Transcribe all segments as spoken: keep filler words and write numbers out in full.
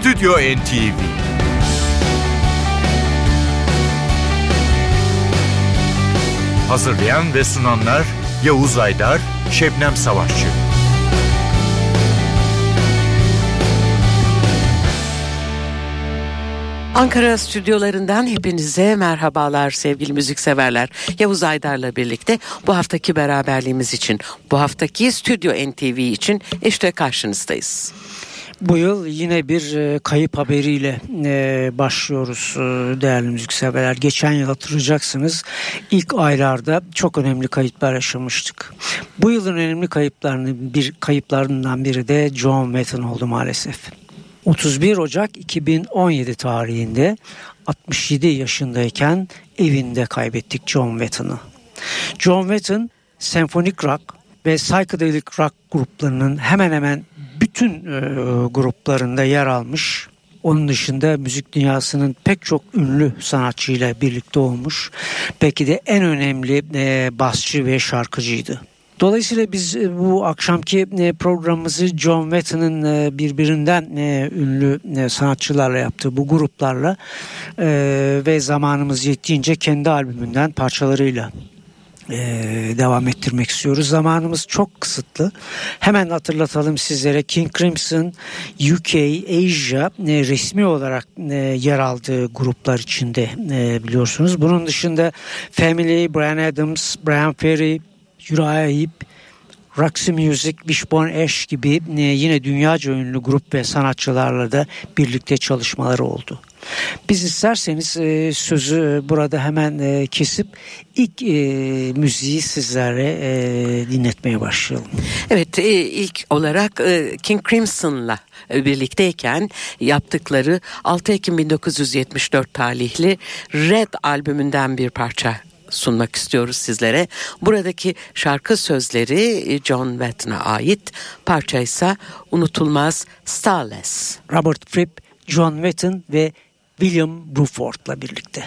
Stüdyo N T V. Hazırlayan ve sunanlar Yavuz Aydar, Şebnem Savaşçı. Ankara stüdyolarından hepinize merhabalar sevgili müzikseverler. Yavuz Aydar'la birlikte bu haftaki beraberliğimiz için, bu haftaki Stüdyo N T V için işte karşınızdayız. Bu yıl yine bir kayıp haberiyle başlıyoruz değerli müzikseverler. Geçen yıl hatırlayacaksınız, ilk aylarda çok önemli kayıplar yaşamıştık. Bu yılın önemli kayıplarının bir kayıplarından biri de John Wetton oldu maalesef. otuz bir Ocak iki bin on yedi tarihinde altmış yedi yaşındayken evinde kaybettik John Wetton'ı. John Wetton senfonik rock ve psychedelic rock gruplarının hemen hemen bütün e, gruplarında yer almış. Onun dışında müzik dünyasının pek çok ünlü sanatçıyla birlikte olmuş. Belki de en önemli e, basçı ve şarkıcıydı. Dolayısıyla biz bu akşamki programımızı John Wetton'ın birbirinden ünlü sanatçılarla yaptığı bu gruplarla ve zamanımız yettiğince kendi albümünden parçalarıyla devam ettirmek istiyoruz. Zamanımız çok kısıtlı. Hemen hatırlatalım sizlere. King Crimson U K, Asia resmi olarak yer aldığı gruplar içinde biliyorsunuz. Bunun dışında Family, Bryan Adams, Bryan Ferry, Uriah Heep, Roxy Music, Wishbone Ash gibi yine dünyaca ünlü grup ve sanatçılarla da birlikte çalışmaları oldu. Biz isterseniz sözü burada hemen kesip ilk müziği sizlere dinletmeye başlayalım. Evet, ilk olarak King Crimson'la birlikteyken yaptıkları altı Ekim bin dokuz yüz yetmiş dört tarihli Red albümünden bir parça sunmak istiyoruz sizlere. Buradaki şarkı sözleri John Wetton'a ait, parça ise unutulmaz Starless. Robert Fripp, John Wetton ve William Bruford'la birlikte.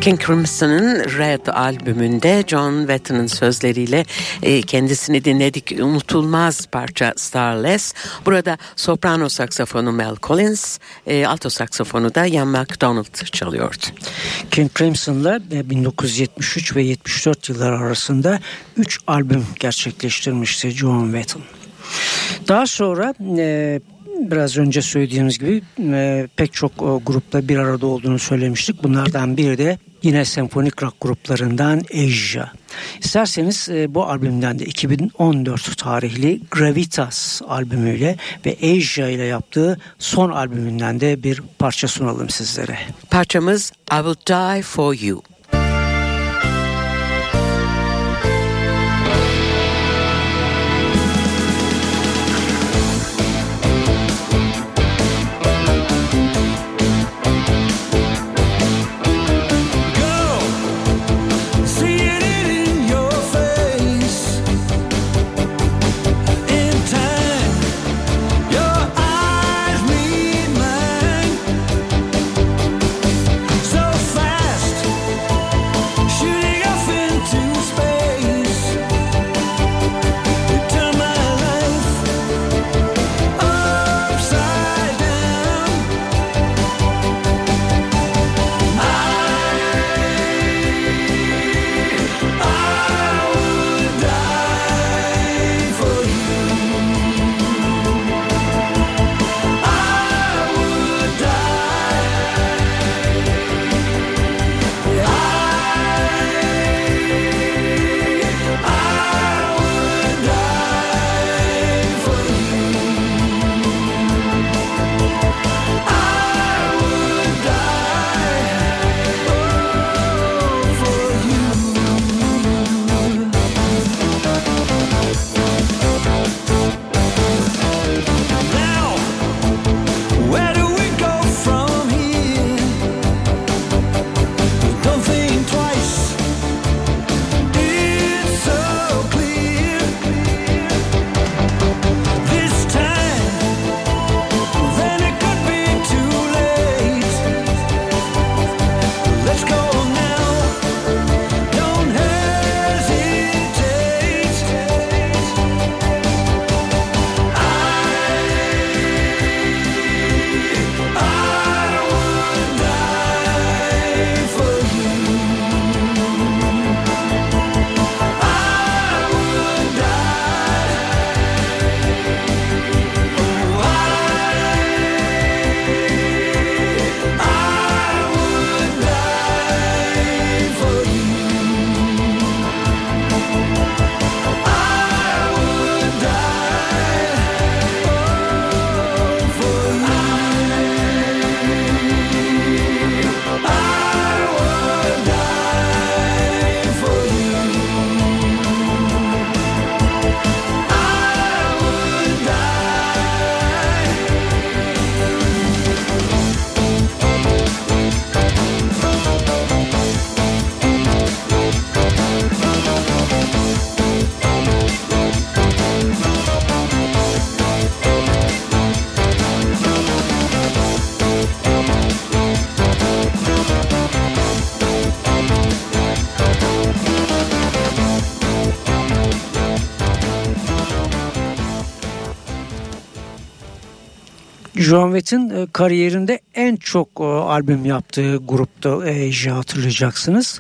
King Crimson'ın Red albümünde John Wetton'ın sözleriyle e, kendisini dinledik. Unutulmaz parça Starless. Burada soprano saksafonu Mel Collins, e, alto saksafonu da Ian MacDonald çalıyordu. King Crimson'la bin dokuz yüz yetmiş üç ve yetmiş dört yılları arasında üç albüm gerçekleştirmişti John Wetton. Daha sonra e, biraz önce söylediğimiz gibi e, pek çok e, grupla bir arada olduğunu söylemiştik. Bunlardan biri de yine senfonik rock gruplarından Asia. İsterseniz e, bu albümden de iki bin on dört tarihli Gravitas albümüyle ve Asia ile yaptığı son albümünden de bir parça sunalım sizlere. Parçamız I Will Die For You. John Wetton kariyerinde en çok albüm yaptığı grupta Asia, hatırlayacaksınız.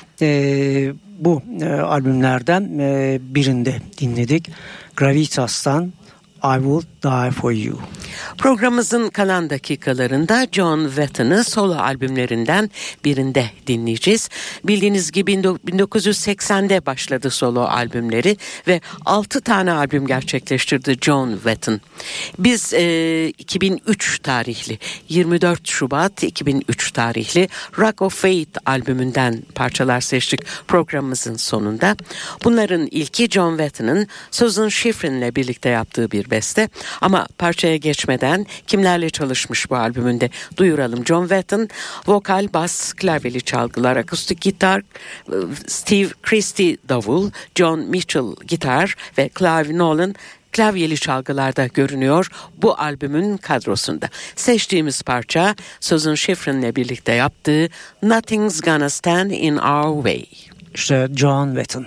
Bu albümlerden birinde dinledik. Gravitas'tan I Will Die For You. Programımızın kalan dakikalarında John Wetton'ı solo albümlerinden birinde dinleyeceğiz. Bildiğiniz gibi bin dokuz yüz seksende başladı solo albümleri ve altı tane albüm gerçekleştirdi John Wetton. Biz e, iki bin üç tarihli yirmi dört Şubat iki bin üç tarihli Rock of Faith albümünden parçalar seçtik programımızın sonunda. Bunların ilki John Wetton'ın Susan Schifrin'le birlikte yaptığı bir beste. Ama parçaya geçmeden kimlerle çalışmış bu albümünde duyuralım. John Wetton vokal, bas, klavyeli çalgılar, akustik gitar, Steve Christie davul, John Mitchell gitar ve Clive Nolan klavyeli çalgılarda görünüyor bu albümün kadrosunda. Seçtiğimiz parça Susan Schifrin'le birlikte yaptığı Nothing's Gonna Stand in Our Way. İşte John Wetton.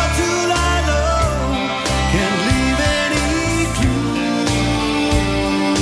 Can't leave any clue.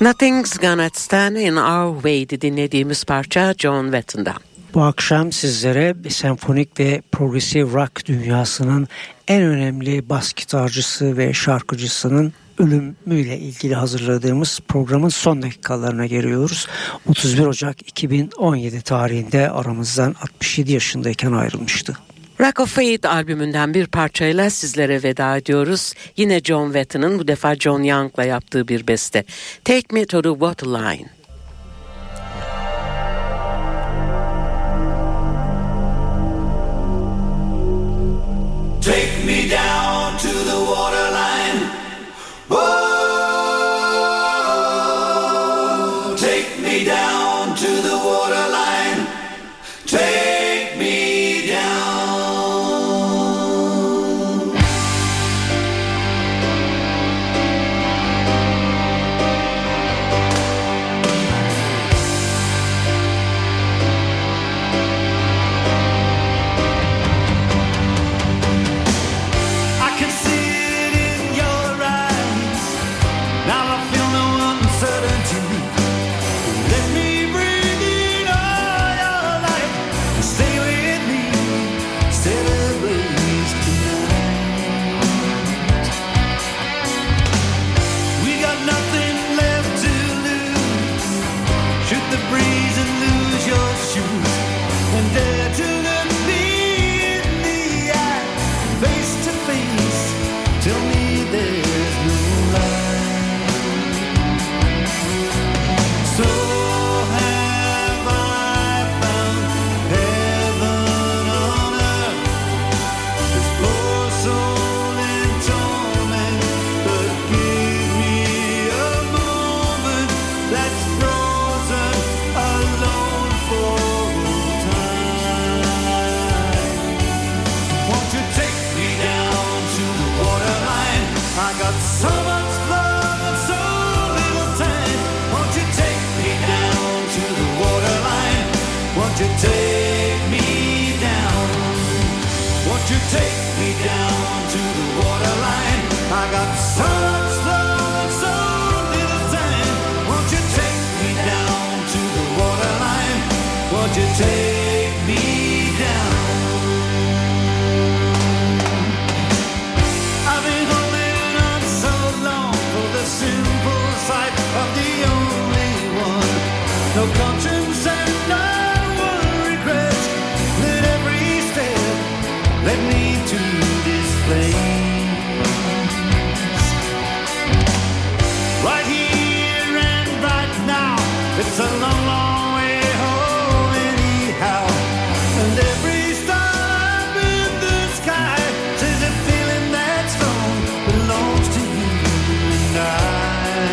Nothing's Gonna Stand in Our Way'di dinlediğimiz parça John Wetton'dan. Bu akşam sizlere senfonik ve progresif rock dünyasının en önemli bas gitarcısı ve şarkıcısının ölümüyle ilgili hazırladığımız programın son dakikalarına geliyoruz. otuz bir Ocak iki bin on yedi tarihinde aramızdan altmış yedi yaşındayken ayrılmıştı. Rock of Fate albümünden bir parçayla sizlere veda ediyoruz. Yine John Wetton'ın bu defa John Young'la yaptığı bir beste. Take Me to the Waterline. Take me down to the waterline. Oh, take me down to the waterline. Take me down. I can see it in your eyes. Now I feel no uncertainty. Let me breathe in all your life and stay with me. Set ablaze tonight. We got nothing left to lose. Shoot the breeze and lose your shoes and dare to look me in the eye, face to face. Tell me there's no lie. So have I found heaven on earth. This poor soul in torment, but give me a moment that's frozen alone for all time. Won't you take me down to the waterline? I got so much love and so little time. Won't you take me down to the waterline? Won't you take me down? Won't you take me down to the waterline? I got so much love and so little time. Won't you take me down to the waterline? Won't you take me down? I've been holding on so long for the simple sight of the only one. No conscience and no one regrets. Let every step led me to this place. Right here and right now. It's a long, long way home anyhow. And every star up in the sky says a feeling that strong belongs to you and I.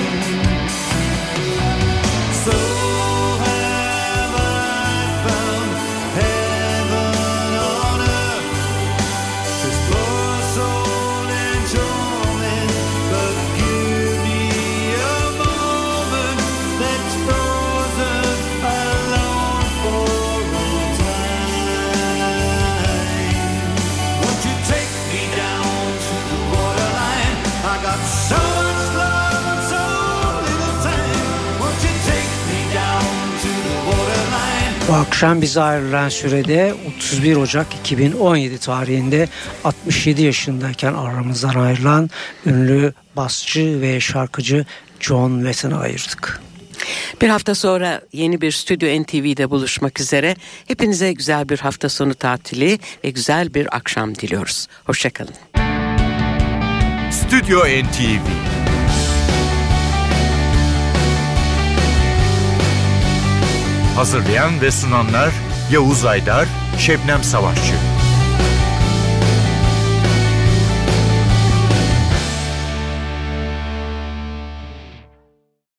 So have I found heaven on earth. This poor soul in torment, but give me a moment that's frozen alone for all time. Won't you take me down to the waterline? I got so much love and so little time. Won't you take me down to the waterline? Bu akşam bize ayrılan sürede otuz bir Ocak iki bin on yedi tarihinde altmış yedi yaşındayken aramızdan ayrılan ünlü basçı ve şarkıcı John Wetton'a ayırdık. Bir hafta sonra yeni bir Stüdyo N T V'de buluşmak üzere. Hepinize güzel bir hafta sonu tatili ve güzel bir akşam diliyoruz. Hoşçakalın. Stüdyo N T V. Hazırlayan ve sunanlar Yavuz Aydar, Şebnem Savaşçı.